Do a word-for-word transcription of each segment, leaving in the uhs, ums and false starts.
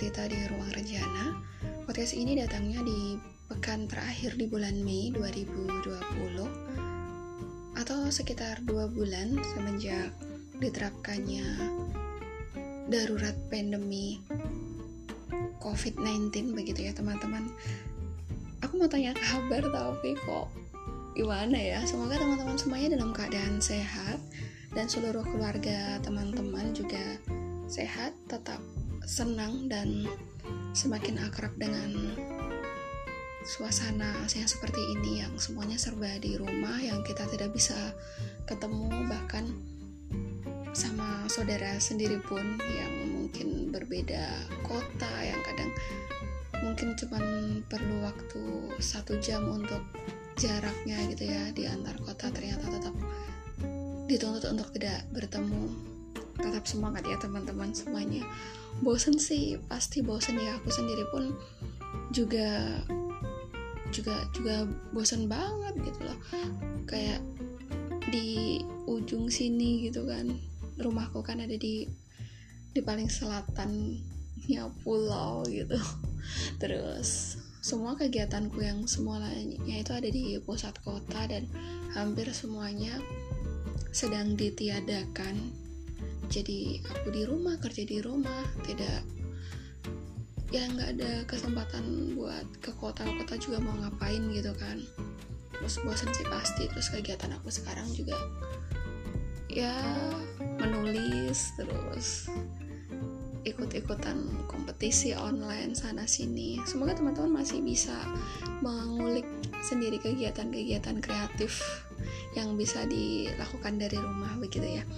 cerita di Ruang Rencana. Podcast ini datangnya di pekan terakhir di bulan Mei dua ribu dua puluh, atau sekitar dua bulan semenjak diterapkannya darurat pandemi covid sembilan belas begitu ya teman-teman. Aku mau tanya kabar tapi kok gimana ya. Semoga teman-teman semuanya dalam keadaan sehat dan seluruh keluarga teman-teman juga sehat, tetap senang dan semakin akrab dengan suasana yang seperti ini, yang semuanya serba di rumah, yang kita tidak bisa ketemu bahkan sama saudara sendiri pun yang mungkin berbeda kota, yang kadang mungkin cuma perlu waktu satu jam untuk jaraknya gitu ya di antar kota, ternyata tetap dituntut untuk tidak bertemu. Tetap semangat ya teman-teman semuanya. Bosen sih, pasti bosen ya. Aku sendiri pun juga juga juga bosen banget gitu loh. Kayak di ujung sini gitu kan. Rumahku kan ada di di paling selatannya pulau gitu. Terus semua kegiatanku yang semuanya itu ada di pusat kota dan hampir semuanya sedang ditiadakan. Jadi aku di rumah, kerja di rumah, tidak ya nggak ada kesempatan buat ke kota-kota juga mau ngapain gitu kan. Terus bosan sih pasti. Terus kegiatan aku sekarang juga ya menulis, terus ikut-ikutan kompetisi online sana sini. Semoga teman-teman masih bisa mengulik sendiri kegiatan-kegiatan kreatif yang bisa dilakukan dari rumah begitu ya.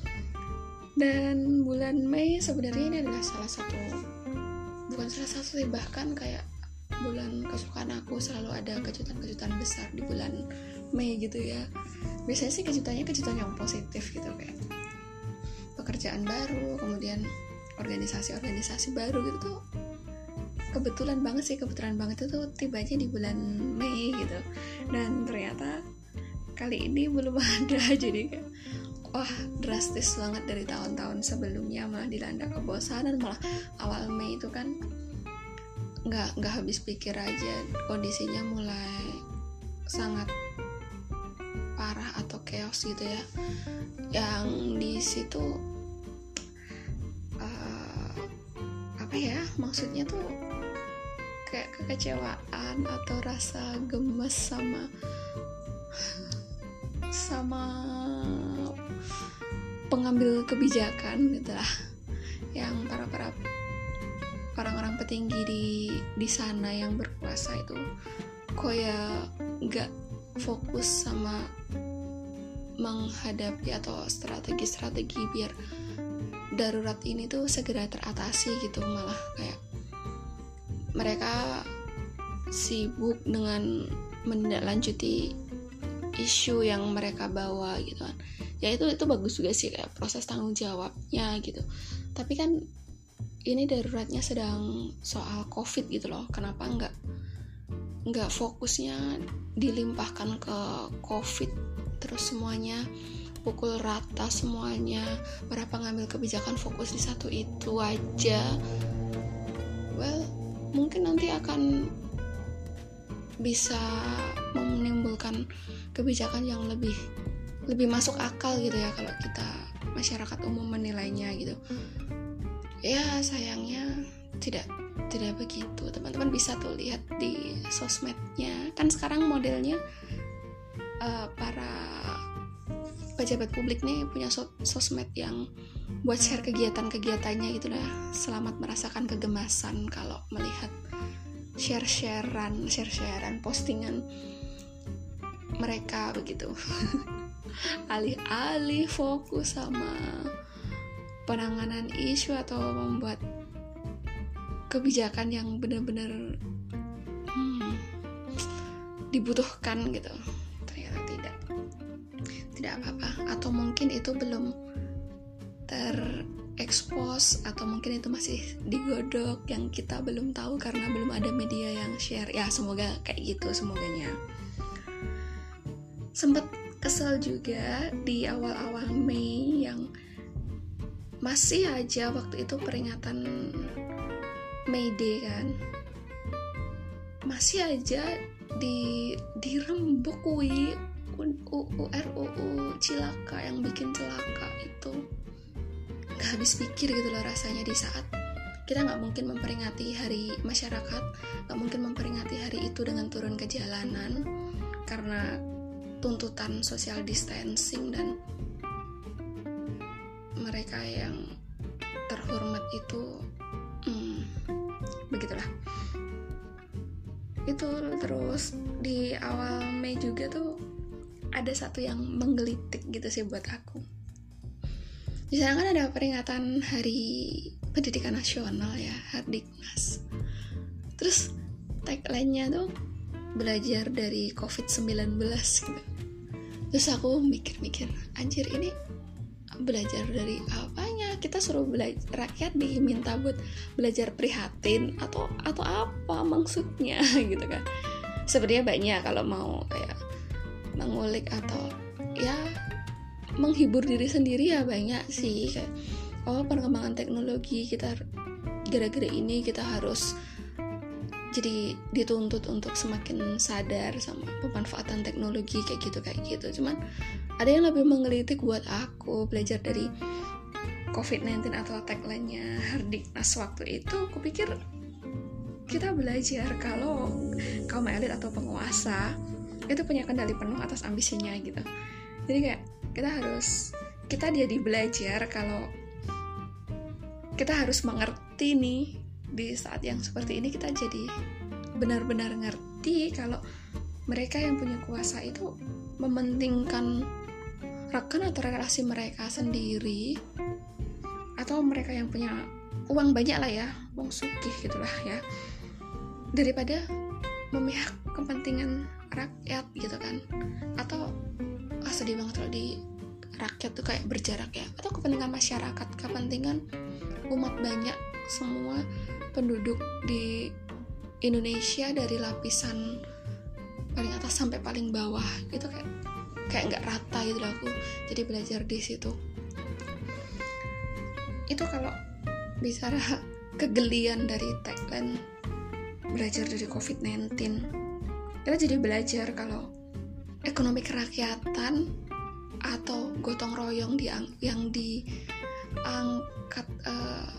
Dan bulan Mei sebenarnya ini adalah salah satu, bukan salah satu sih, bahkan kayak bulan kesukaan aku. Selalu ada kejutan-kejutan besar di bulan Mei gitu ya. Biasanya sih kejutannya kejutan yang positif gitu, kayak pekerjaan baru, kemudian organisasi-organisasi baru gitu tuh. Kebetulan banget sih, kebetulan banget itu tibanya di bulan Mei gitu. Dan ternyata kali ini belum ada, jadi kayak wah drastis banget dari tahun-tahun sebelumnya, malah dilanda kebosanan. Malah awal Mei itu kan nggak nggak habis pikir aja, kondisinya mulai sangat parah atau chaos gitu ya. Yang di situ uh, apa ya maksudnya tuh kayak kekecewaan atau rasa gemes sama sama pengambil kebijakan gitu lah, yang para para orang-orang petinggi di di sana yang berkuasa itu kok ya nggak fokus sama menghadapi atau strategi-strategi biar darurat ini tuh segera teratasi gitu. Malah kayak mereka sibuk dengan menindaklanjuti isu yang mereka bawa gitu kan. Ya itu itu bagus juga sih, kayak proses tanggung jawabnya gitu. Tapi kan ini daruratnya sedang soal COVID gitu loh. Kenapa nggak nggak fokusnya dilimpahkan ke COVID, terus semuanya pukul rata semuanya, para pengambil kebijakan fokus di satu itu aja. Well, mungkin nanti akan bisa menimbulkan kebijakan yang lebih lebih masuk akal gitu ya kalau kita masyarakat umum menilainya gitu. Ya sayangnya tidak tidak begitu. Teman-teman bisa tuh lihat di sosmednya. Kan sekarang modelnya uh, para pejabat publik nih punya sos- sosmed yang buat share kegiatan-kegiatannya gitu lah. Selamat merasakan kegemasan kalau melihat share-sharean, share-sharean postingan mereka begitu. Alih-alih fokus sama penanganan isu atau membuat kebijakan yang benar-benar hmm, dibutuhkan gitu, ternyata tidak tidak apa-apa. Atau mungkin itu belum terekspos, atau mungkin itu masih digodok yang kita belum tahu karena belum ada media yang share. Ya semoga kayak gitu, semoganya. Sempet kesel juga di awal-awal Mei yang masih aja waktu itu peringatan May Day kan, masih aja di dirembuk kui U U R U U cilaka yang bikin celaka itu. Nggak habis pikir gitu loh rasanya di saat kita nggak mungkin memperingati hari masyarakat, nggak mungkin memperingati hari itu dengan turun ke jalanan karena tuntutan social distancing, dan mereka yang terhormat itu hmm, begitulah. Itu terus di awal Mei juga tuh ada satu yang menggelitik gitu sih buat aku. Di sana kan ada peringatan Hari Pendidikan Nasional ya, Hardiknas. Terus tagline-nya tuh belajar dari covid sembilan belas gitu. Terus aku mikir-mikir, anjir ini belajar dari apanya? Kita suruh belajar, rakyat diminta buat belajar prihatin atau atau apa maksudnya gitu kan. Sebenarnya banyak kalau mau kayak mengulik atau ya menghibur diri sendiri ya banyak sih, kayak oh perkembangan teknologi kita gara-gara ini kita harus jadi dituntut untuk semakin sadar sama pemanfaatan teknologi kayak gitu kayak gitu. Cuman ada yang lebih menggelitik buat aku, belajar dari covid sembilan belas atau tagline-nya Hardiknas waktu itu. Aku pikir kita belajar kalau kaum elit atau penguasa itu punya kendali penuh atas ambisinya gitu. Jadi kayak kita harus kita jadi belajar kalau kita harus mengerti nih di saat yang seperti ini, kita jadi benar-benar ngerti kalau mereka yang punya kuasa itu mementingkan rekan atau relasi mereka sendiri, atau mereka yang punya uang banyak lah ya, uang sugih gitulah ya, daripada memihak kepentingan rakyat gitu kan. Atau ah, sedih banget kalau di rakyat tuh kayak berjarak ya, atau kepentingan masyarakat, kepentingan umat banyak, semua penduduk di Indonesia dari lapisan paling atas sampai paling bawah itu kayak kayak nggak rata gitu loh. Aku jadi belajar di situ. Itu kalau bicara kegelian dari tagline belajar dari covid sembilan belas, kita jadi belajar kalau ekonomi kerakyatan atau gotong royong yang yang diangkat uh,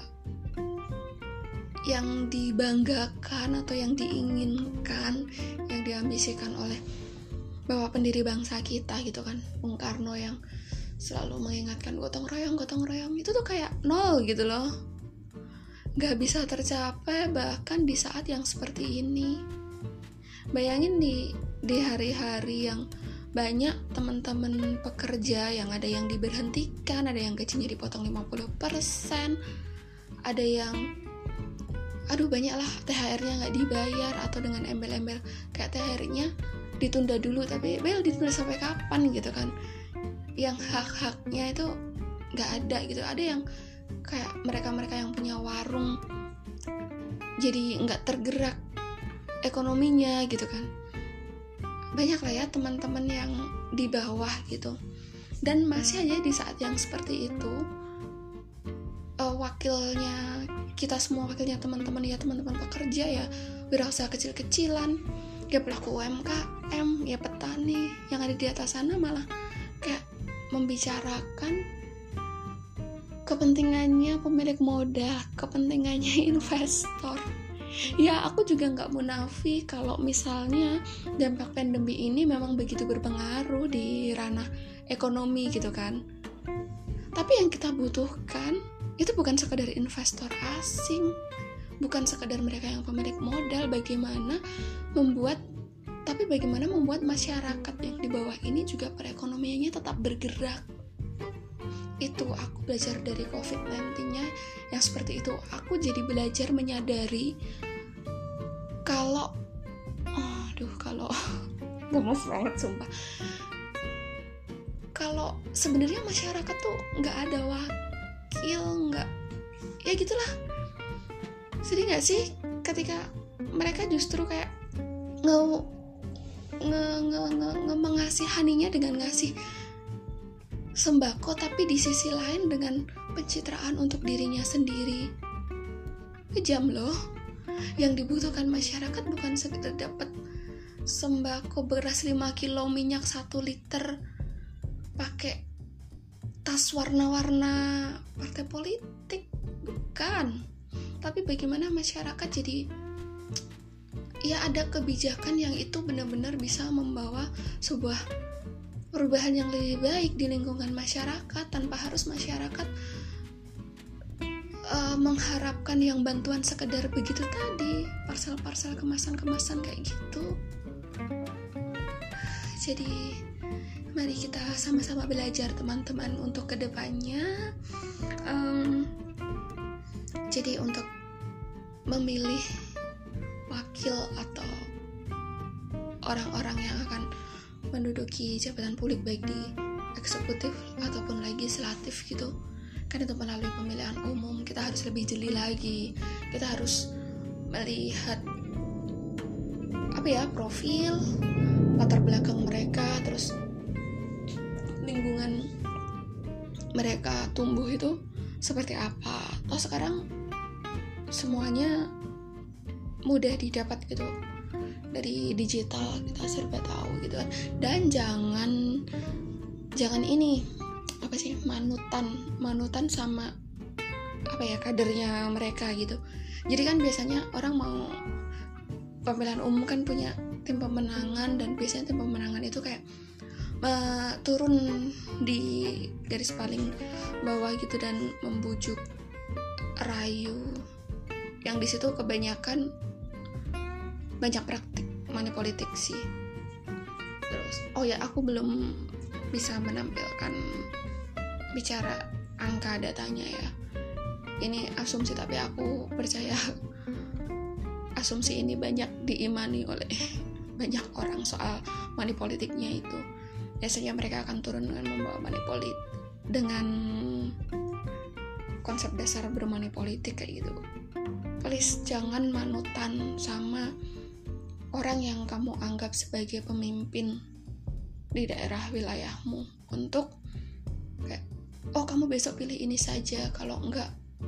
yang dibanggakan atau yang diinginkan, yang diambisikan oleh bapak pendiri bangsa kita gitu kan, Bung Karno, yang selalu mengingatkan gotong royong, gotong royong, itu tuh kayak nol gitu loh, gak bisa tercapai bahkan di saat yang seperti ini. Bayangin di di hari-hari yang banyak teman-teman pekerja yang ada yang diberhentikan, ada yang gajinya dipotong lima puluh persen, ada yang aduh banyak lah T H R-nya nggak dibayar, atau dengan embel-embel kayak T H R-nya ditunda dulu, tapi bel ditunda sampai kapan gitu kan, yang hak-haknya itu nggak ada gitu. Ada yang kayak mereka-mereka yang punya warung jadi nggak tergerak ekonominya gitu kan. Banyak lah ya teman-teman yang di bawah gitu. Dan masih aja di saat yang seperti itu uh, wakilnya kita semua, wakilnya teman-teman ya, teman-teman pekerja ya, wirausaha kecil-kecilan ya, pelaku U M K M ya, petani yang ada di atas sana malah kayak membicarakan kepentingannya pemilik modal, kepentingannya investor. Ya aku juga gak munafik kalau misalnya dampak pandemi ini memang begitu berpengaruh di ranah ekonomi gitu kan. Tapi yang kita butuhkan itu bukan sekadar investor asing, bukan sekadar mereka yang pemilik modal, bagaimana membuat tapi bagaimana membuat masyarakat yang di bawah ini juga perekonomiannya tetap bergerak. Itu aku belajar dari covid sembilan belas-nya yang seperti itu. Aku jadi belajar menyadari kalau aduh kalau gemes banget sumpah, kalau sebenarnya masyarakat tuh nggak ada wakil, nggak ya gitulah. Sedih nggak sih ketika mereka justru kayak nge nge nge nge, nge mengasihaninya dengan ngasih sembako, tapi di sisi lain dengan pencitraan untuk dirinya sendiri. Kejam loh. Yang dibutuhkan masyarakat bukan sekedar dapat sembako, beras lima kilo, minyak satu liter, pakai tas warna-warna partai politik, bukan. Tapi bagaimana masyarakat jadi ya ada kebijakan yang itu benar-benar bisa membawa sebuah perubahan yang lebih baik di lingkungan masyarakat, tanpa harus masyarakat uh, mengharapkan yang bantuan sekedar begitu tadi, parsel-parsel kemasan-kemasan kayak gitu. Jadi mari kita sama-sama belajar teman-teman untuk kedepannya. Um, jadi untuk memilih wakil atau orang-orang yang akan menduduki jabatan publik baik di eksekutif ataupun legislatif gitu, kan itu melalui pemilihan umum. Kita harus lebih jeli lagi, kita harus melihat apa ya, profil, latar belakang mereka, terus lingkungan mereka tumbuh itu seperti apa. Toh sekarang semuanya mudah didapat gitu, dari digital kita serba tahu gitu kan. Dan jangan jangan ini apa sih manutan manutan sama apa ya kadernya mereka gitu. Jadi kan biasanya orang mau pemilihan umum kan punya tim pemenangan, dan biasanya tim pemenangan itu kayak uh, turun di garis paling bawah gitu dan membujuk rayu, yang di situ kebanyakan banyak praktik money politik sih. Terus oh ya, aku belum bisa menampilkan bicara angka datanya ya, ini asumsi, tapi aku percaya asumsi ini banyak diimani oleh banyak orang soal money politiknya itu. Biasanya mereka akan turun dengan membawa money politik dengan konsep dasar bermoney politik kayak gitu. Please jangan manutan sama orang yang kamu anggap sebagai pemimpin di daerah wilayahmu untuk kayak, oh kamu besok pilih ini saja, kalau enggak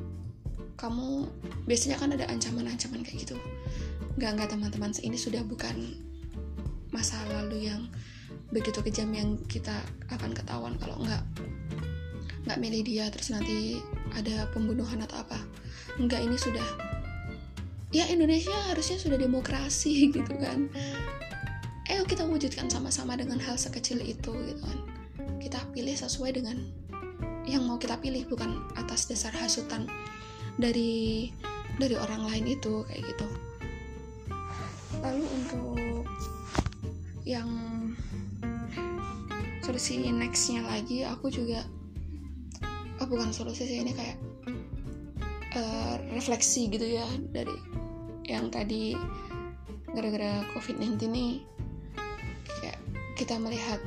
kamu, biasanya kan ada ancaman-ancaman kayak gitu. Enggak, enggak teman-teman, ini sudah bukan masa lalu yang begitu kejam yang kita akan ketahuan kalau enggak enggak milih dia terus nanti ada pembunuhan atau apa. Enggak, ini sudah, ya Indonesia harusnya sudah demokrasi gitu kan. Ayo kita wujudkan sama-sama dengan hal sekecil itu gitu kan. Kita pilih sesuai dengan yang mau kita pilih, bukan atas dasar hasutan dari dari orang lain itu kayak gitu. Lalu untuk yang solusi nextnya lagi, aku juga oh bukan solusi sih, ini kayak uh, refleksi gitu ya dari yang tadi gara-gara covid sembilan belas nih, kayak kita melihat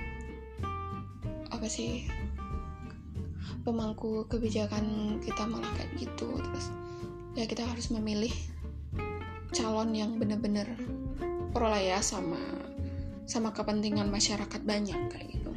apa sih pemangku kebijakan kita malah kayak gitu. Terus ya kita harus memilih calon yang benar-benar pro lah ya sama sama kepentingan masyarakat banyak kayak gitu.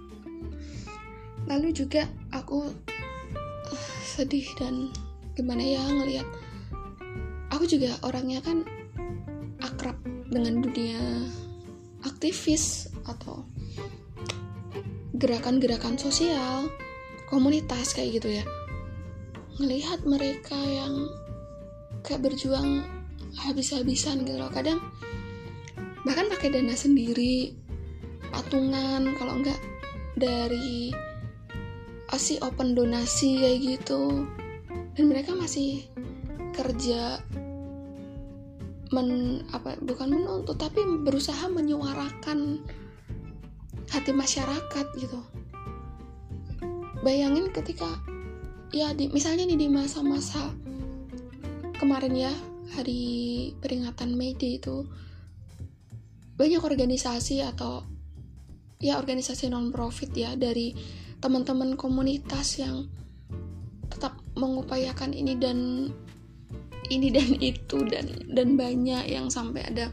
Lalu juga aku uh, sedih dan gimana ya ngelihat, aku juga orangnya kan akrab dengan dunia aktivis atau gerakan-gerakan sosial, komunitas kayak gitu ya. Ngelihat mereka yang kayak berjuang habis-habisan gitu loh. Kadang bahkan pakai dana sendiri, patungan, kalau enggak dari asih open donasi kayak gitu. Dan mereka masih kerja men apa bukan menuntut tapi berusaha menyuarakan hati masyarakat gitu. Bayangin ketika ya di, misalnya nih di masa-masa kemarin ya, hari peringatan May Day itu banyak organisasi atau ya organisasi non profit ya dari teman-teman komunitas yang tetap mengupayakan ini dan ini dan itu dan dan banyak yang sampai ada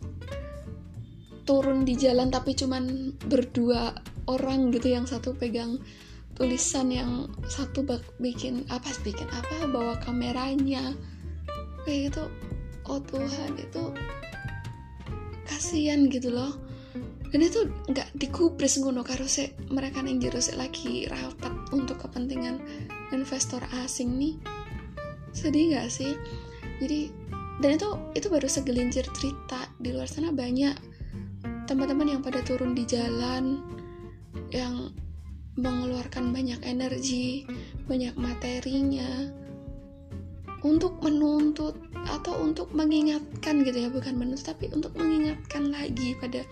turun di jalan tapi cuman berdua orang gitu, yang satu pegang tulisan, yang satu bak- bikin apa bikin apa bawa kameranya kayak gitu. oh Tuhan, itu kasihan gitu loh. Dan itu nggak dikubris ngono karo sik mereka yang jero sik lagi rapat untuk kepentingan investor asing nih. Sedih nggak sih? Jadi, dan itu itu baru segelintir cerita. Di luar sana banyak teman-teman yang pada turun di jalan, yang mengeluarkan banyak energi, banyak materinya untuk menuntut atau untuk mengingatkan gitu ya, bukan menuntut tapi untuk mengingatkan lagi pada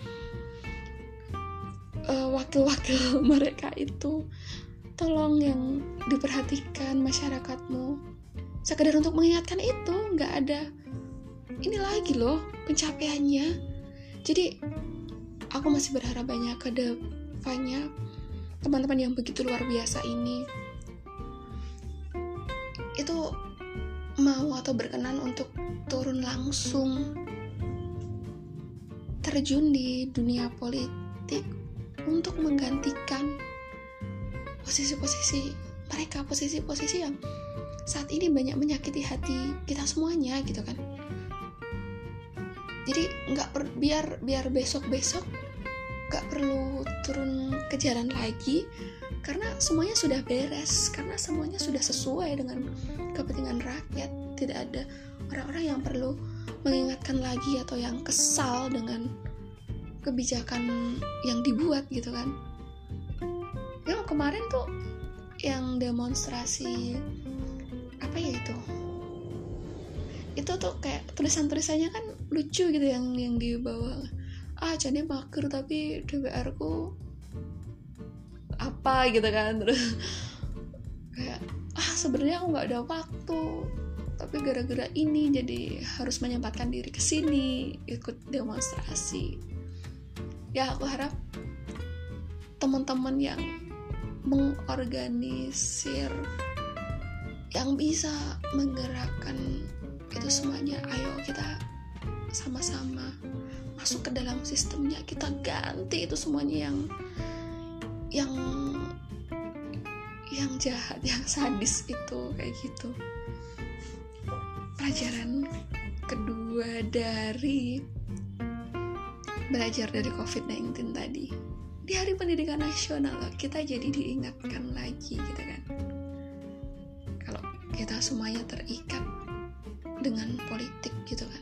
uh, wakil-wakil mereka itu, tolong yang diperhatikan masyarakatmu. Sekedar untuk mengingatkan itu, nggak ada ini lagi loh pencapaiannya. Jadi aku masih berharap banyak ke depannya teman-teman yang begitu luar biasa ini itu mau atau berkenan untuk turun langsung terjun di dunia politik untuk menggantikan posisi-posisi mereka, posisi-posisi yang saat ini banyak menyakiti hati kita semuanya gitu kan. Jadi nggak per, biar biar besok-besok nggak perlu turun ke jalan lagi karena semuanya sudah beres, karena semuanya sudah sesuai dengan kepentingan rakyat. Tidak ada orang-orang yang perlu mengingatkan lagi atau yang kesal dengan kebijakan yang dibuat gitu kan. Yang kemarin tuh yang demonstrasi apa ya itu itu tuh kayak tulisan-tulisannya kan lucu gitu yang yang di bawah, ah jadi mager tapi D P R ku apa gitu kan. Terus kayak ah sebenarnya aku nggak ada waktu tapi gara-gara ini jadi harus menyempatkan diri ke sini ikut demonstrasi. Ya aku harap teman-teman yang mengorganisir, yang bisa menggerakkan itu semuanya, ayo kita sama-sama masuk ke dalam sistemnya, kita ganti itu semuanya yang yang yang jahat, yang sadis itu kayak gitu. Pelajaran kedua dari belajar dari covid sembilan belas tadi, di Hari Pendidikan Nasional kita jadi diingatkan lagi gitu kan, kalau kita semuanya terikat dengan politik gitu kan.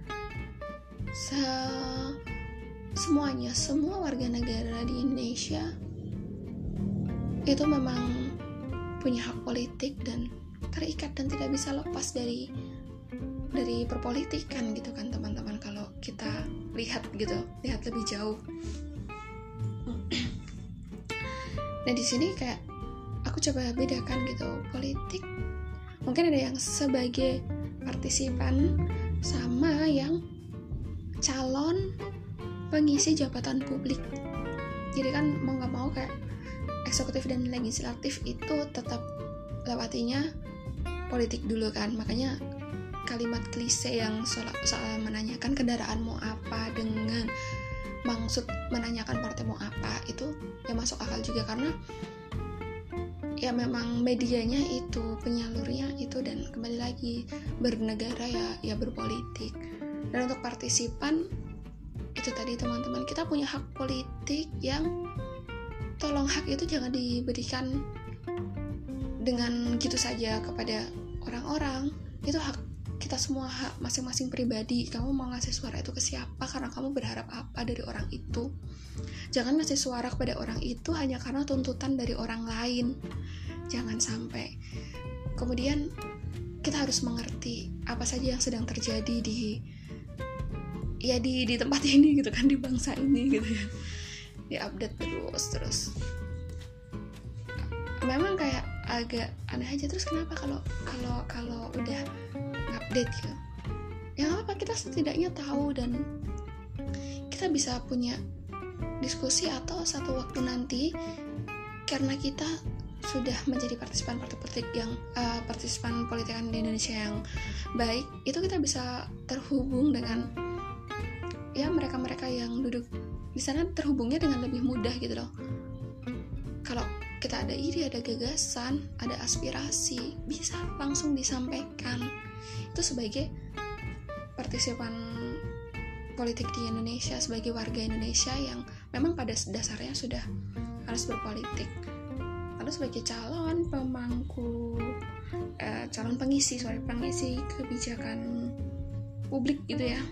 Se- semuanya, semua warga negara di Indonesia itu memang punya hak politik dan terikat dan tidak bisa lepas dari dari perpolitikan gitu kan teman-teman. Kalau kita lihat gitu, lihat lebih jauh. Nah di sini kayak aku coba bedakan gitu, politik mungkin ada yang sebagai partisipan sama yang calon pengisi jabatan publik. Jadi kan mau gak mau kayak eksekutif dan legislatif itu tetap lewatinya politik dulu kan. Makanya kalimat klise yang soal, soal menanyakan kendaraanmu apa dengan maksud menanyakan partai mau apa, itu ya masuk akal juga karena ya memang medianya itu, penyalurnya itu, dan kembali lagi bernegara ya ya berpolitik. Dan untuk partisipan itu tadi teman-teman, kita punya hak politik yang tolong hak itu jangan diberikan dengan gitu saja kepada orang-orang. Itu hak kita semua, hak masing-masing pribadi. Kamu mau ngasih suara itu ke siapa karena kamu berharap apa dari orang itu. Jangan ngasih suara kepada orang itu hanya karena tuntutan dari orang lain. Jangan sampai. Kemudian kita harus mengerti apa saja yang sedang terjadi di ya di di tempat ini gitu kan, di bangsa ini gitu ya. Di-update terus terus. Memang kayak agak aneh aja. Terus kenapa kalau kalau kalau udah update gitu, ya nggak apa, kita setidaknya tahu dan kita bisa punya diskusi atau satu waktu nanti karena kita sudah menjadi partisipan partai politik yang uh, partisipan politik di Indonesia yang baik, itu kita bisa terhubung dengan ya mereka-mereka yang duduk di sana, terhubungnya dengan lebih mudah gitu loh. Kalau kita ada ide, ada gagasan, ada aspirasi, bisa langsung disampaikan. Itu sebagai partisipan politik di Indonesia sebagai warga Indonesia yang memang pada dasarnya sudah harus berpolitik. Lalu sebagai calon pemangku eh, calon pengisi sorry pengisi kebijakan publik gitu ya,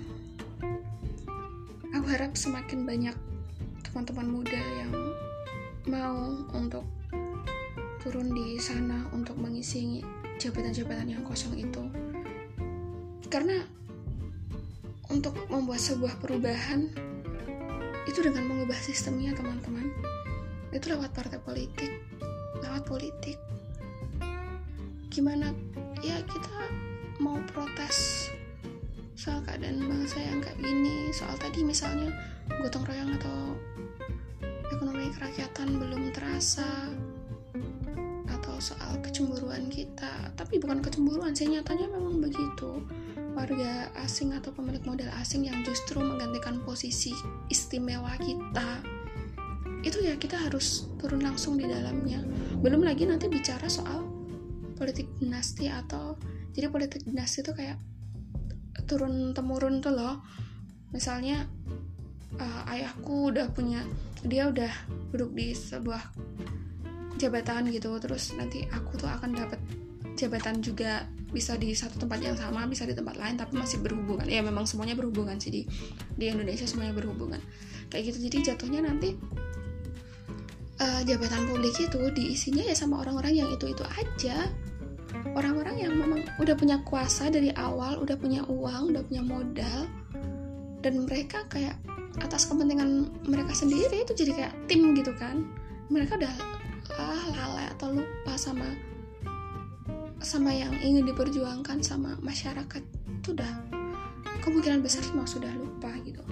aku harap semakin banyak teman-teman muda yang mau untuk turun di sana untuk mengisi jabatan-jabatan yang kosong itu. Karena untuk membuat sebuah perubahan itu dengan mengubah sistemnya teman-teman, itu lewat partai politik, lewat politik. Gimana ya kita mau protes soal keadaan bangsa yang kayak gini, soal tadi misalnya gotong royong atau ekonomi kerakyatan belum terasa, atau soal kecemburuan kita, tapi bukan kecemburuan sih, nyatanya memang begitu. Warga asing atau pemilik modal asing yang justru menggantikan posisi istimewa kita, itu ya kita harus turun langsung di dalamnya. Belum lagi nanti bicara soal politik dinasti, atau jadi politik dinasti itu kayak turun temurun tuh loh. Misalnya uh, ayahku udah punya, dia udah duduk di sebuah jabatan gitu, terus nanti aku tuh akan dapat jabatan juga, bisa di satu tempat yang sama, bisa di tempat lain, tapi masih berhubungan. Ya memang semuanya berhubungan sih di di Indonesia, semuanya berhubungan kayak gitu. Jadi jatuhnya nanti uh, jabatan publik itu diisinya ya sama orang-orang yang itu-itu aja, orang-orang yang memang udah punya kuasa dari awal, udah punya uang, udah punya modal, dan mereka kayak atas kepentingan mereka sendiri itu jadi kayak tim gitu kan. Mereka udah ah, lalai atau lupa sama sama yang ingin diperjuangkan sama masyarakat. Itu udah kemungkinan besar memang sudah lupa gitu.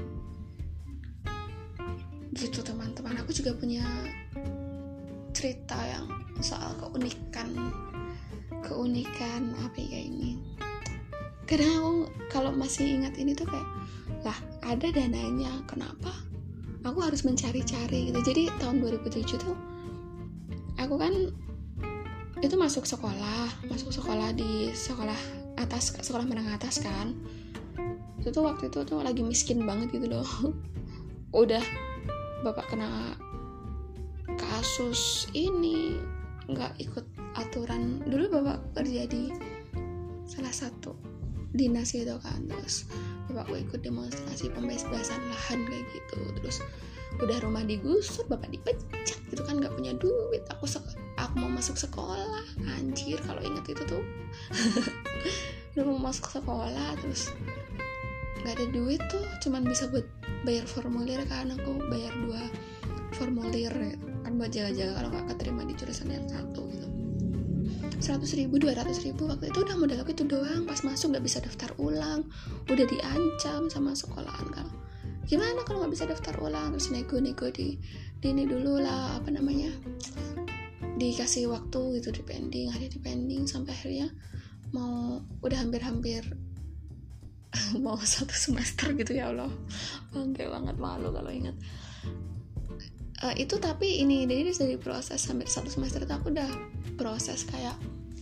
Gitu teman-teman. Aku juga punya cerita yang soal keunikan keunikan apa ya ini. Kadang aku kalau masih ingat ini tuh kayak, lah ada dananya, kenapa aku harus mencari-cari gitu. Jadi tahun dua ribu tujuh tuh aku kan itu masuk sekolah, masuk sekolah di sekolah atas, sekolah menengah atas kan. Itu tuh waktu itu tuh lagi miskin banget gitu loh. Udah bapak kena kasus ini, nggak ikut aturan. Dulu bapak kerja di salah satu dinas gitu kan, terus bapakku ikut demonstrasi pembebasan lahan kayak gitu. Terus udah rumah digusur, bapak dipecat gitu kan, nggak punya duit. Aku sek- aku mau masuk sekolah, anjir kalau inget itu tuh. Udah mau masuk sekolah, terus nggak ada duit tuh, cuman bisa buat bayar formulir kan. Aku bayar dua formulir kan buat jaga-jaga kalau nggak keterima di jurusan yang satu gitu. Seratus ribu, dua ratus ribu waktu itu udah modal aku itu doang. Pas masuk nggak bisa daftar ulang, udah diancam sama sekolahan kan. Gimana kalau nggak bisa daftar ulang? Terus nego-nego di, di ini dulu lah, apa namanya, dikasih waktu gitu, di pending, ada di pending sampai akhirnya mau udah hampir-hampir mau satu semester gitu. Ya Allah, bangke banget, malu kalau ingat. Uh, itu tapi ini dari dari proses sampai satu semester itu aku udah proses kayak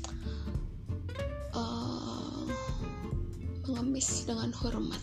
uh, mengemis dengan hormat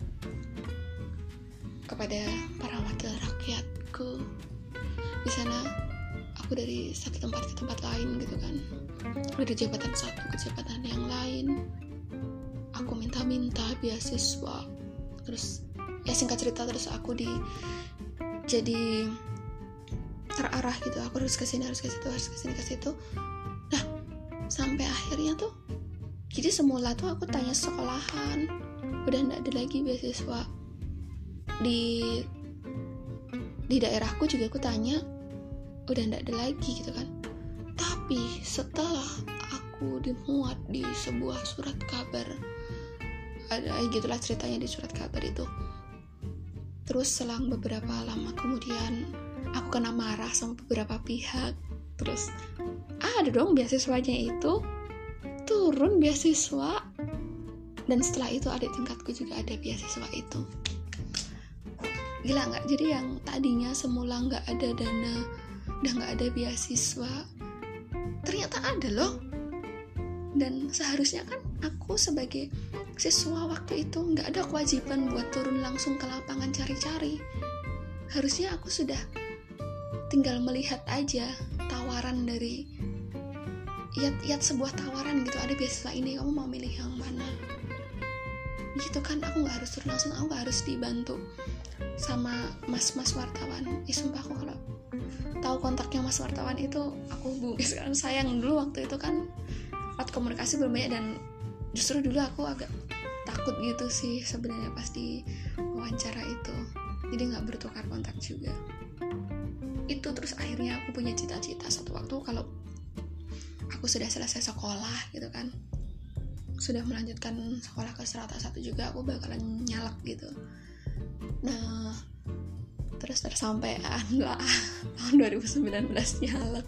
kepada para wakil rakyatku. Di sana aku dari satu tempat ke tempat lain gitu kan, dari jabatan satu ke jabatan yang lain. Aku minta-minta beasiswa, terus ya singkat cerita terus aku di jadi terarah gitu, aku harus ke sini, harus ke situ, harus ke sini, ke situ. Nah, sampai akhirnya tuh jadi semula tuh aku tanya sekolahan, udah enggak ada lagi beasiswa. Di di daerahku juga aku tanya, udah enggak ada lagi gitu kan. Tapi setelah aku dimuat di sebuah surat kabar, ada gitulah ceritanya di surat kabar itu. Terus selang beberapa lama kemudian aku kena marah sama beberapa pihak. Terus ah, ada dong beasiswanya itu, turun beasiswa. Dan setelah itu adik tingkatku juga ada beasiswa itu. Gila gak? Jadi yang tadinya semula gak ada dana, udah gak ada beasiswa, ternyata ada loh. Dan seharusnya kan aku sebagai siswa waktu itu nggak ada kewajiban buat turun langsung ke lapangan cari-cari. Harusnya aku sudah tinggal melihat aja tawaran dari lihat-lihat sebuah tawaran gitu, ada beasiswa ini, kamu mau milih yang mana gitu kan. Aku nggak harus turun langsung, aku nggak harus dibantu sama mas-mas wartawan. Ih sumpah, aku kalau tahu kontaknya mas wartawan itu aku hubungi sekarang. Sayang, dulu waktu itu kan alat komunikasi belum banyak, dan justru dulu aku agak takut gitu sih sebenarnya pas di wawancara itu, jadi nggak bertukar kontak juga. Itu terus akhirnya aku punya cita-cita satu waktu kalau aku sudah selesai sekolah gitu kan, sudah melanjutkan sekolah ke strata satu juga, aku bakalan nyalek gitu. Nah terus tersampaian lah tahun dua ribu sembilan belas nyalek.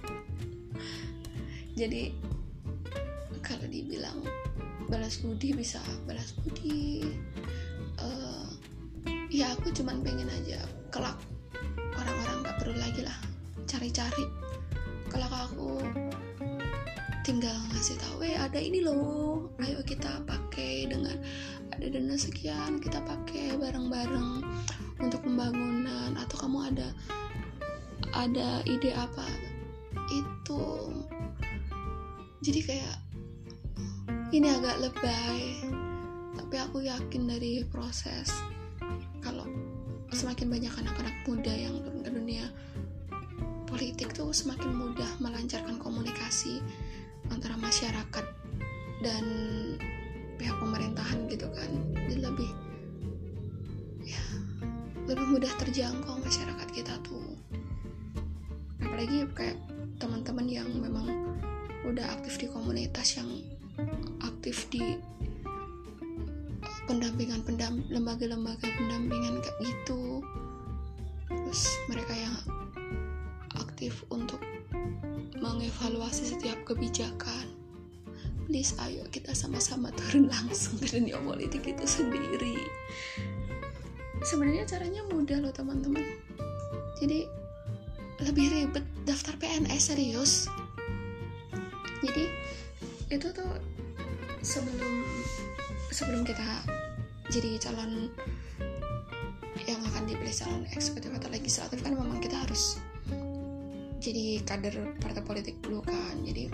Jadi kalau dibilang balas budi, bisa balas budi, uh, ya aku cuman pengen aja kelak orang-orang gak perlu lagi lah cari-cari. Kelak aku tinggal ngasih tahu, eh ada ini loh, ayo kita pakai, dengan ada dana sekian kita pakai bareng-bareng untuk pembangunan, atau kamu ada ada ide apa itu. Jadi kayak ini agak lebay, tapi aku yakin dari proses kalau semakin banyak anak-anak muda yang turun ke dunia politik tuh semakin mudah melancarkan komunikasi antara masyarakat dan pihak pemerintahan gitu kan. Jadi lebih ya lebih mudah terjangkau masyarakat kita tuh. Apalagi kayak teman-teman yang memang udah aktif di komunitas, yang aktif di pendampingan pendam, lembaga-lembaga pendampingan kayak gitu. Terus mereka yang aktif untuk mengevaluasi setiap kebijakan. Please ayo kita sama-sama turun langsung ke dunia politik itu sendiri. Sebenarnya caranya mudah loh teman-teman. Jadi lebih ribet daftar P N S, serius. Jadi itu tuh sebelum sebelum kita jadi calon yang akan dipilih calon eksekutif atau legislatif kan memang kita harus jadi kader partai politik dulu kan. Jadi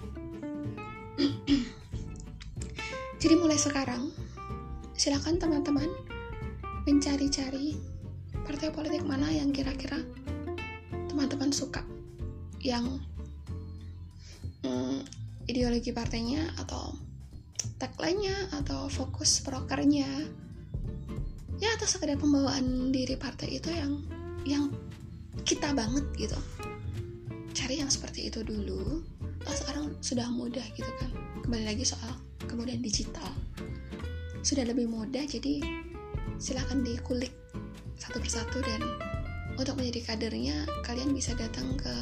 jadi mulai sekarang silakan teman-teman mencari-cari partai politik mana yang kira-kira teman-teman suka, yang hmm, ideologi partainya atau tagline-nya atau fokus prokernya ya, atau sekedar pembawaan diri partai itu yang yang kita banget gitu. Cari yang seperti itu dulu. Oh, sekarang sudah mudah gitu kan. Kembali lagi soal kemudian digital sudah lebih mudah, jadi silakan dikulik satu persatu, dan untuk menjadi kadernya kalian bisa datang ke,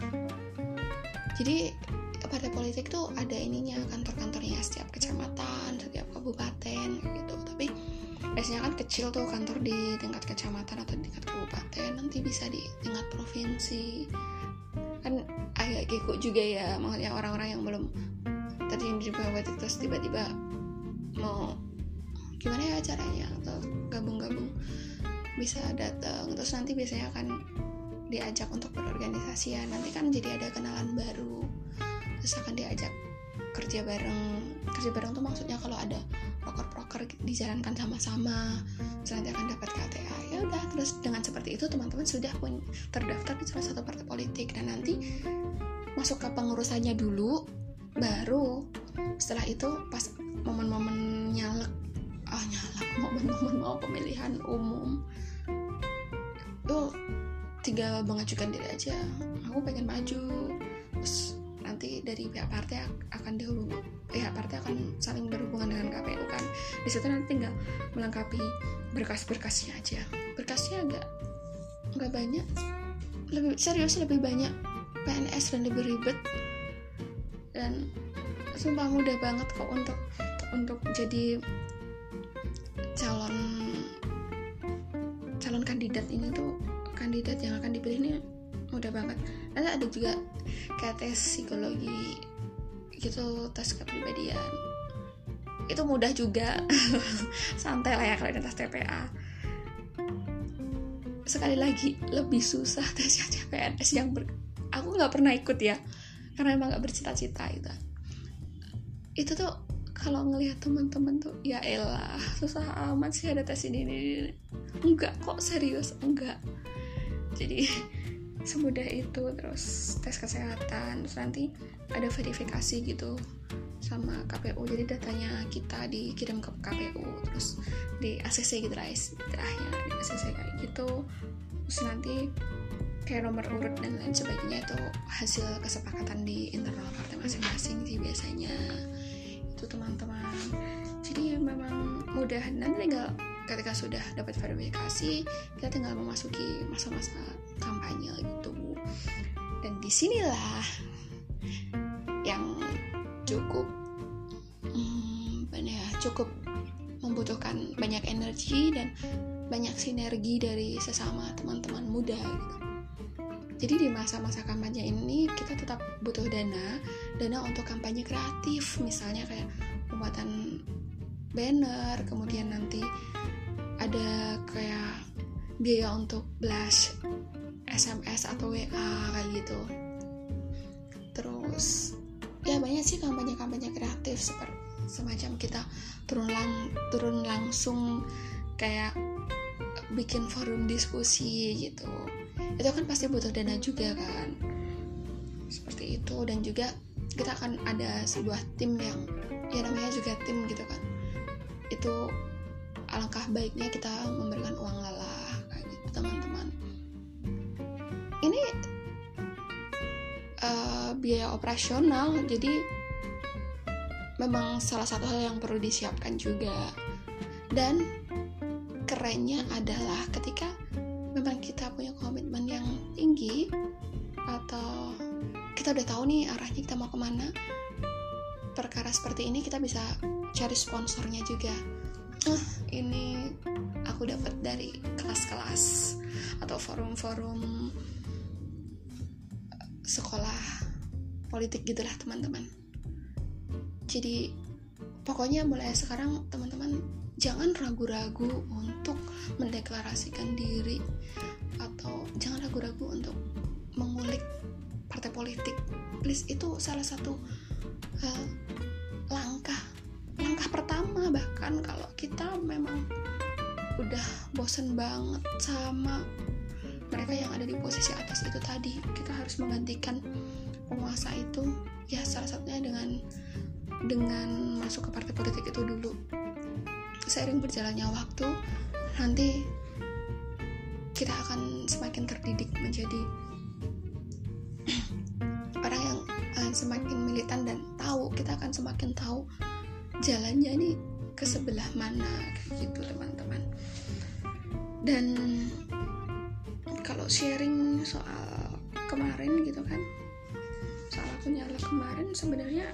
jadi partai politik tuh ada ininya, kantor-kantornya setiap kecamatan, setiap kabupaten gitu. Tapi biasanya kan kecil tuh kantor di tingkat kecamatan atau di tingkat kabupaten, nanti bisa di tingkat provinsi. Kan agak kekok juga ya, maksudnya orang-orang yang belum terjun di politik terus tiba-tiba mau gimana ya caranya atau gabung-gabung, bisa datang terus nanti biasanya akan diajak untuk berorganisasi ya. Nanti kan jadi ada kenalan baru, terus akan diajak kerja bareng. Kerja bareng tuh maksudnya kalau ada proker-proker dijalankan sama-sama, terus nanti akan dapat K T A. Ya udah, terus dengan seperti itu teman-teman sudah pun terdaftar di salah satu partai politik, dan nanti masuk ke pengurusannya dulu, baru setelah itu pas momen-momen nyalek ah nyalek momen-momen mau pemilihan umum tuh tinggal mengajukan diri aja, aku pengen maju. Terus nanti dari pihak partai akan dihubungi, pihak partai akan saling berhubungan dengan K P U kan. Di situ nanti tinggal melengkapi berkas-berkasnya aja. Berkasnya agak nggak banyak, lebih serius, lebih banyak P N S dan lebih ribet, dan sumpah mudah banget kok untuk untuk jadi calon calon kandidat ini tuh, kandidat yang akan dipilih ini mudah banget. Nanti ada juga kayak tes psikologi gitu, tes kepribadian itu mudah juga. Santai lah ya kalau tes T P A. Sekali lagi lebih susah tes C P N S yang ber... aku nggak pernah ikut ya, karena emang nggak bercita-cita itu. Itu tuh kalau ngelihat teman-teman tuh ya elah susah amat sih ada tes ini, ini, ini. Enggak kok, serius enggak. Jadi semudah itu. Terus tes kesehatan, terus nanti ada verifikasi gitu sama K P U, jadi datanya kita dikirim ke K P U, terus di A C C gitu lah istilahnya, di A C C kayak gitu. Terus nanti kayak nomor urut dan lain sebagainya itu hasil kesepakatan di internal partai masing-masing sih biasanya itu teman-teman. Jadi memang mudah, nanti tinggal ketika sudah dapat verifikasi kita tinggal memasuki masa-masa kampanye gitu. Dan disinilah yang cukup hmm, ya, cukup membutuhkan banyak energi dan banyak sinergi dari sesama teman-teman muda gitu. Jadi di masa-masa kampanye ini kita tetap butuh dana, dana untuk kampanye kreatif, misalnya kayak pembuatan banner, kemudian nanti ada kayak biaya untuk blast S M S atau W A kayak gitu. Terus ya banyak sih kampanye-kampanye kreatif seperti semacam kita turun lang turun langsung kayak bikin forum diskusi gitu. Itu kan pasti butuh dana juga kan, seperti itu. Dan juga kita akan ada sebuah tim yang ya namanya juga tim gitu kan. Itu alangkah baiknya kita memberikan uang lelah kayak gitu teman-teman. Ini uh, biaya operasional, jadi memang salah satu hal yang perlu disiapkan juga. Dan kerennya adalah ketika memang kita punya komitmen yang tinggi atau kita udah tahu nih arahnya kita mau kemana, perkara seperti ini kita bisa cari sponsornya juga. Ah, ini aku dapat dari kelas-kelas atau forum-forum sekolah politik gitulah teman-teman. Jadi pokoknya mulai sekarang teman-teman jangan ragu-ragu untuk mendeklarasikan diri atau jangan ragu-ragu untuk mengulik partai politik. Please, itu salah satu uh, langkah langkah pertama. Bahkan kalau kita memang udah bosen banget sama mereka yang ada di posisi atas itu tadi, kita harus menggantikan penguasa itu ya salah satunya dengan dengan masuk ke partai politik itu dulu. Seiring berjalannya waktu, nanti kita akan semakin terdidik menjadi orang yang uh, semakin militan dan tahu, kita akan semakin tahu jalannya ini ke sebelah mana kayak gitu teman-teman. Dan kalau sharing soal kemarin gitu kan, soal aku nyala kemarin sebenarnya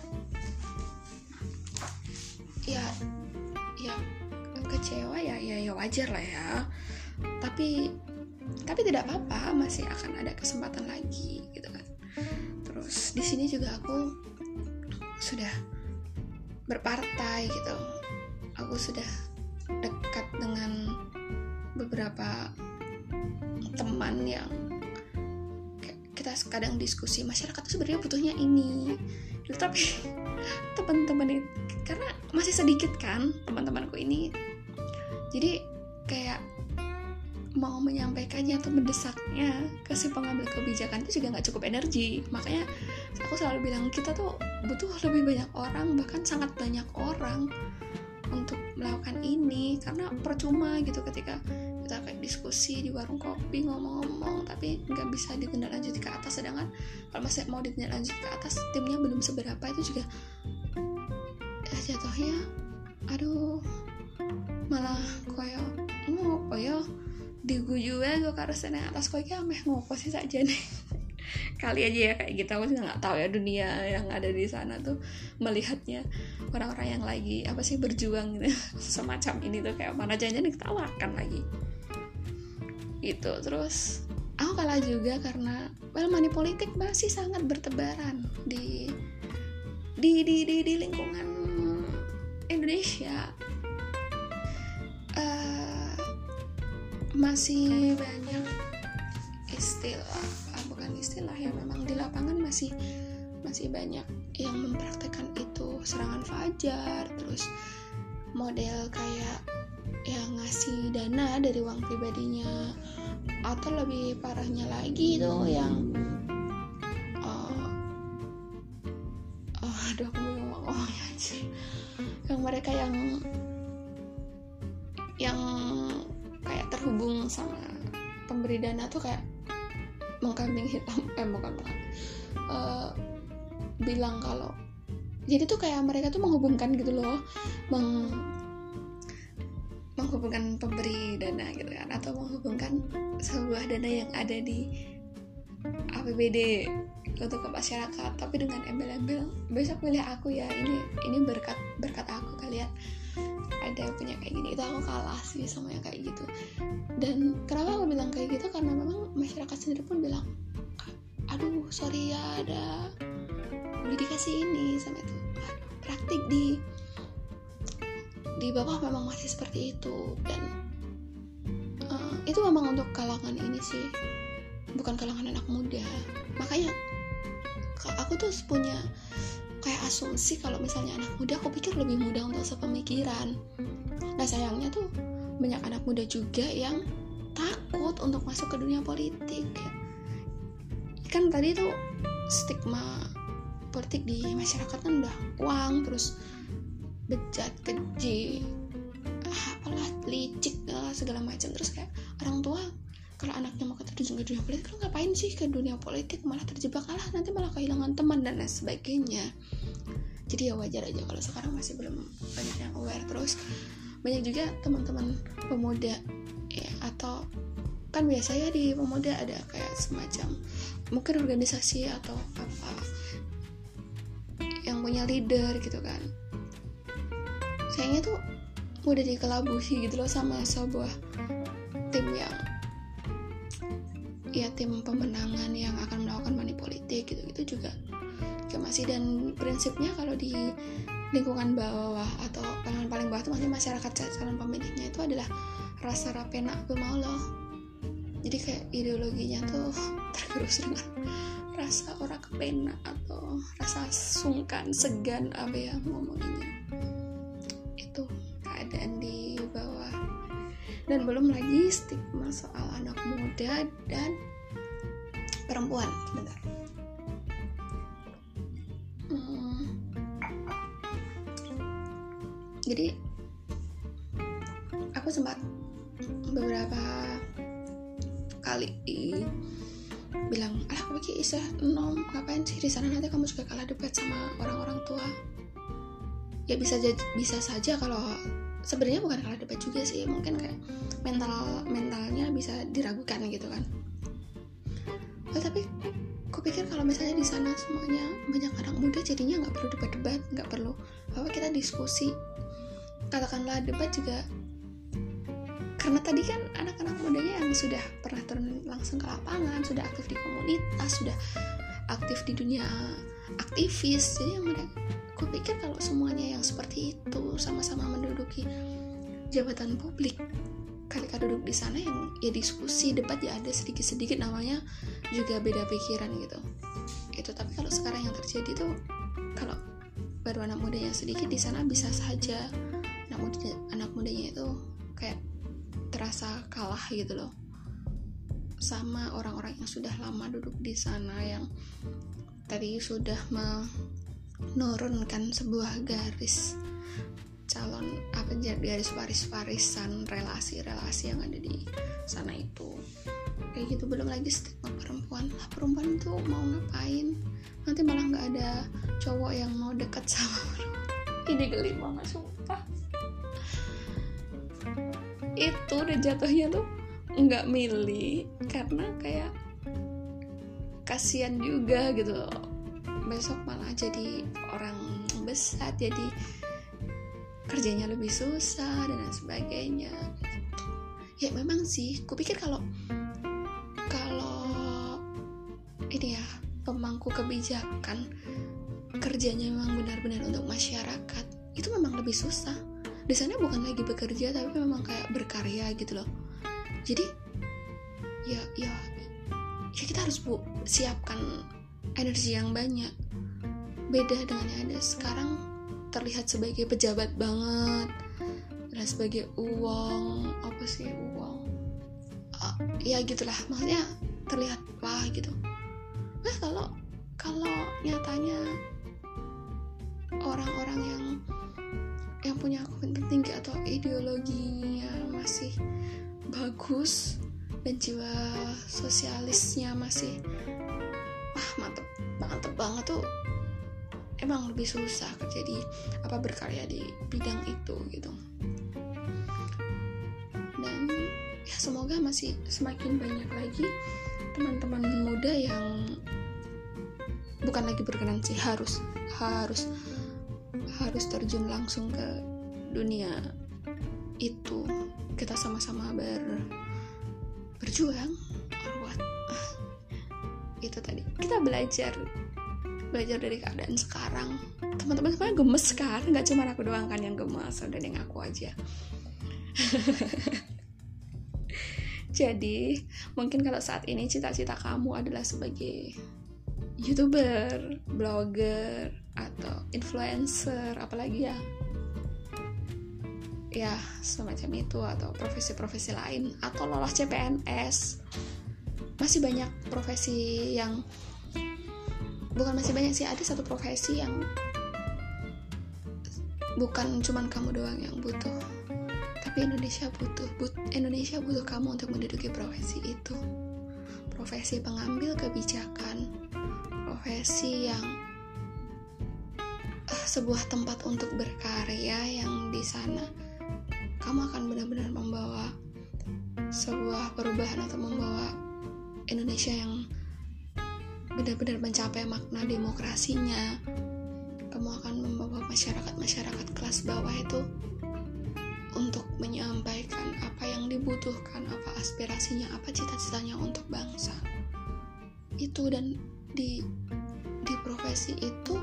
ya ya kecewa ya ya ya wajar lah ya, tapi tapi tidak apa-apa, masih akan ada kesempatan lagi gitu kan. Terus di sini juga aku sudah berpartai gitu, aku sudah dekat dengan beberapa teman yang kita kadang diskusi masyarakat itu sebenarnya butuhnya ini gitu, tapi teman-teman itu karena masih sedikit kan teman-temanku ini, jadi kayak mau menyampaikannya atau mendesaknya ke si pengambil kebijakan itu juga nggak cukup energi. Makanya aku selalu bilang kita tuh butuh lebih banyak orang, bahkan sangat banyak orang untuk melakukan ini, karena percuma gitu ketika kita kayak diskusi di warung kopi ngomong-ngomong tapi nggak bisa ditindaklanjuti ke atas, sedangkan kalau masih mau ditindaklanjuti ke atas timnya belum seberapa, itu juga eh, jatuhnya aduh malah koyo ngopo yo diguyu gue karo sene atas koyo ki ameh ngopo sih saja nih. Kali aja ya kayak gitu, aku juga nggak tahu ya dunia yang ada di sana tuh melihatnya orang-orang yang lagi apa sih berjuang gitu semacam ini tuh kayak mana, jangan-jangan diketawakan lagi gitu. Terus aku kalah juga karena well money politik masih sangat bertebaran di di di di, di lingkungan Indonesia uh, masih banyak istilah, ah, bukan istilah ya, memang di lapangan masih masih banyak yang mempraktekkan itu, serangan fajar, terus model kayak yang ngasih dana dari uang pribadinya, atau lebih parahnya lagi itu yang uh, oh, aduh aku mau ngomongnya aja, yang mereka yang yang kayak terhubung sama pemberi dana tuh kayak mengkambing hitam, eh bukan bukan uh, bilang kalau jadi tuh kayak mereka tuh menghubungkan gitu loh, meng menghubungkan pemberi dana gitu kan, atau menghubungkan sebuah dana yang ada di A P B D untuk ke masyarakat, tapi dengan embel-embel besok pilih aku ya, ini ini berkat berkat aku kalian ada punya kayak gini. Itu aku kalah sih sama yang kayak gitu. Dan kenapa aku bilang kayak gitu, karena memang masyarakat sendiri pun bilang, aduh sorry ya ada udah dikasih ini sama itu. Praktik di di bawah memang masih seperti itu, dan uh, itu memang untuk kalangan ini sih, bukan kalangan anak muda. Makanya aku tuh punya kayak asumsi kalau misalnya anak muda, aku pikir lebih mudah untuk sepemikiran. Nah sayangnya tuh banyak anak muda juga yang takut untuk masuk ke dunia politik. Kan tadi tuh stigma politik di masyarakat kan udah uang, terus bejat, keji, ah, apalah licik lah, segala macam. Terus kayak orang tua kalau anaknya mau terjun ke dunia politik, lo ngapain sih ke dunia politik, malah terjebak, alah nanti malah kehilangan teman dan lain sebagainya. Jadi ya wajar aja kalau sekarang masih belum banyak yang aware. Terus banyak juga teman-teman pemuda ya, atau kan biasanya di pemuda ada kayak semacam mungkin organisasi atau apa yang punya leader gitu kan. Sayangnya tuh udah dikelabuhi gitu loh sama sebuah tim yang ya tim pemenangan yang akan melakukan money politik gitu-gitu juga juga masih. Dan prinsipnya kalau di lingkungan bawah atau kalangan paling bawah itu masih masyarakat calon pemilihnya itu adalah rasa rapena gue mau loh. Jadi kayak ideologinya tuh tergerus dengan rasa orang kepena atau rasa sungkan, segan apa ya ngomonginnya. Itu keadaan di bawah. Dan belum lagi stigma soal anak muda dan perempuan. Sebentar. Hmm. Jadi aku sempat beberapa kali bilang, ah aku pikir Isa nom ngapain sih di sana, nanti kamu juga kalah debat sama orang-orang tua. Ya bisa jadi, bisa saja kalau sebenarnya bukan kalah debat juga sih, mungkin kayak mental mentalnya bisa diragukan gitu kan. Oh, tapi aku pikir kalau misalnya di sana semuanya banyak anak muda, jadinya nggak perlu debat-debat, nggak perlu apa kita diskusi. Katakanlah debat juga, karena tadi kan anak-anak mudanya yang sudah pernah turun langsung ke lapangan, sudah aktif di komunitas, sudah aktif di dunia aktivis. Jadi yang mereka, aku pikir kalau semuanya yang seperti itu sama-sama menduduki jabatan publik, ketika duduk di sana yang ya diskusi, debat ya ada sedikit-sedikit, namanya juga beda pikiran gitu. Itu tapi kalau sekarang yang terjadi tuh, kalau baru anak mudanya sedikit di sana bisa saja anak muda anak mudanya itu kayak terasa kalah gitu loh sama orang-orang yang sudah lama duduk di sana, yang tadi sudah menurunkan sebuah garis calon apa garis waris-warisan relasi-relasi yang ada di sana itu kayak gitu. Belum lagi stigma perempuan lah, perempuan tuh mau ngapain, nanti malah nggak ada cowok yang mau dekat sama perempuan. Ini geli banget sumpah. Itu udah jatuhnya tuh nggak milih, karena kayak kasihan juga gitu loh, besok malah jadi orang besar, jadi kerjanya lebih susah dan lain sebagainya. Ya memang sih, kupikir kalau kalau ini ya pemangku kebijakan kerjanya memang benar-benar untuk masyarakat, itu memang lebih susah. Di sana bukan lagi bekerja, tapi memang kayak berkarya gitu loh. Jadi ya ya ya kita harus bu siapkan energi yang banyak. Beda dengan yang ada sekarang, terlihat sebagai pejabat banget, dan sebagai uang apa sih uang uh, ya gitulah, maksudnya terlihat wah gitu. Nah kalau kalau nyatanya orang-orang yang yang punya komitmen tinggi atau ideologinya masih bagus dan jiwa sosialisnya masih wah mantep mantep banget tuh, emang lebih susah kerja di apa berkarya di bidang itu gitu. Dan ya semoga masih semakin banyak lagi teman-teman muda yang bukan lagi berkenan sih, harus harus harus terjun langsung ke dunia itu. Kita sama-sama ber berjuang or what? Itu tadi kita belajar belajar dari keadaan sekarang. Teman-teman sekarang gemes kan, nggak cuma aku doang kan yang gemes, udah yang aku aja. Jadi mungkin kalau saat ini cita-cita kamu adalah sebagai YouTuber, blogger, atau influencer, apalagi ya ya semacam itu, atau profesi-profesi lain, atau lolos C P N S. Masih banyak profesi yang bukan masih banyak sih, ada satu profesi yang bukan cuman kamu doang yang butuh, tapi Indonesia butuh but, Indonesia butuh kamu untuk menduduki profesi itu. Profesi pengambil kebijakan, profesi yang uh, sebuah tempat untuk berkarya, yang di sana kamu akan benar-benar membawa sebuah perubahan atau membawa Indonesia yang benar-benar mencapai makna demokrasinya. Kamu akan membawa masyarakat-masyarakat kelas bawah itu untuk menyampaikan apa yang dibutuhkan, apa aspirasinya, apa cita-citanya untuk bangsa itu. Dan di di profesi itu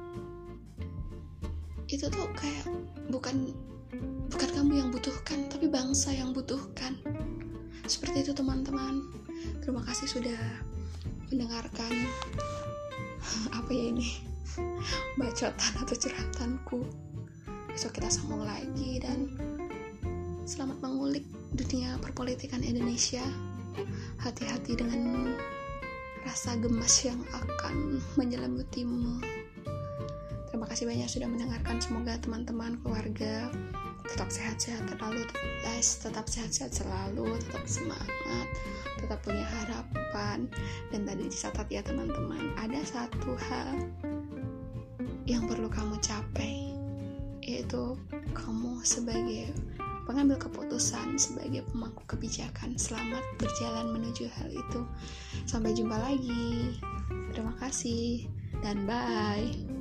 itu tuh kayak bukan bukan kamu yang butuhkan, tapi bangsa yang butuhkan. Seperti itu teman-teman. Terima kasih sudah mendengarkan apa ya ini bacotan atau curhatanku. Besok kita sambung lagi, dan selamat mengulik dunia perpolitikan Indonesia. Hati-hati dengan rasa gemas yang akan menyelimutimu. Terima kasih banyak sudah mendengarkan. Semoga teman-teman, keluarga tetap sehat-sehat terlalu, guys, tetap sehat-sehat selalu, tetap semangat, tetap punya harapan. Dan tadi dicatat ya teman-teman, ada satu hal yang perlu kamu capai, yaitu kamu sebagai pengambil keputusan, sebagai pemangku kebijakan. Selamat berjalan menuju hal itu. Sampai jumpa lagi. Terima kasih dan bye.